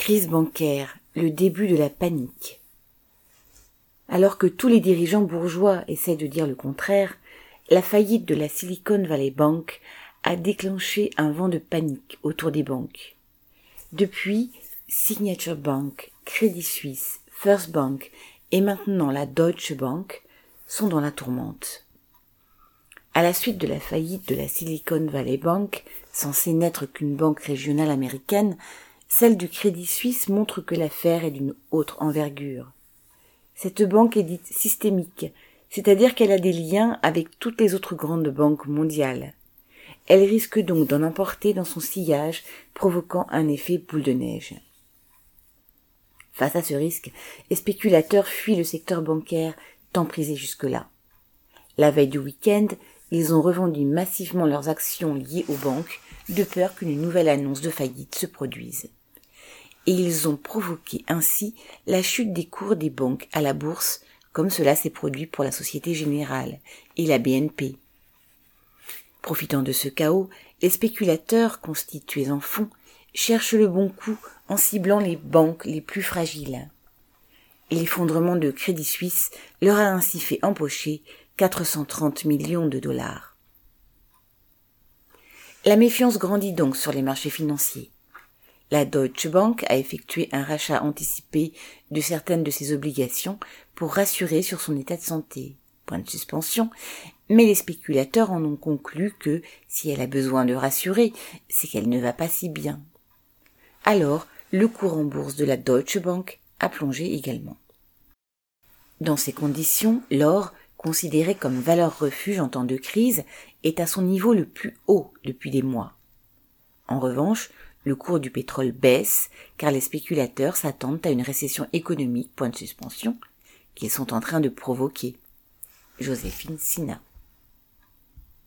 Crise bancaire, le début de la panique. Alors que tous les dirigeants bourgeois essaient de dire le contraire, la faillite de la Silicon Valley Bank a déclenché un vent de panique autour des banques. Depuis, Signature Bank, Credit Suisse, First Bank et maintenant la Deutsche Bank sont dans la tourmente. À la suite de la faillite de la Silicon Valley Bank, censée n'être qu'une banque régionale américaine, celle du Crédit Suisse montre que l'affaire est d'une autre envergure. Cette banque est dite systémique, c'est-à-dire qu'elle a des liens avec toutes les autres grandes banques mondiales. Elle risque donc d'en emporter dans son sillage, provoquant un effet boule de neige. Face à ce risque, les spéculateurs fuient le secteur bancaire tant prisé jusque-là. La veille du week-end, ils ont revendu massivement leurs actions liées aux banques, de peur qu'une nouvelle annonce de faillite se produise. Et ils ont provoqué ainsi la chute des cours des banques à la bourse, comme cela s'est produit pour la Société Générale et la BNP. Profitant de ce chaos, les spéculateurs, constitués en fonds, cherchent le bon coup en ciblant les banques les plus fragiles. Et l'effondrement de Crédit Suisse leur a ainsi fait empocher 430 millions de dollars. La méfiance grandit donc sur les marchés financiers. La Deutsche Bank a effectué un rachat anticipé de certaines de ses obligations pour rassurer sur son état de santé. Point de suspension, mais les spéculateurs en ont conclu que, si elle a besoin de rassurer, c'est qu'elle ne va pas si bien. Alors, le cours en bourse de la Deutsche Bank a plongé également. Dans ces conditions, l'or, considéré comme valeur refuge en temps de crise, est à son niveau le plus haut depuis des mois. En revanche, le cours du pétrole baisse car les spéculateurs s'attendent à une récession économique, point de suspension, qu'ils sont en train de provoquer. Joséphine Sina.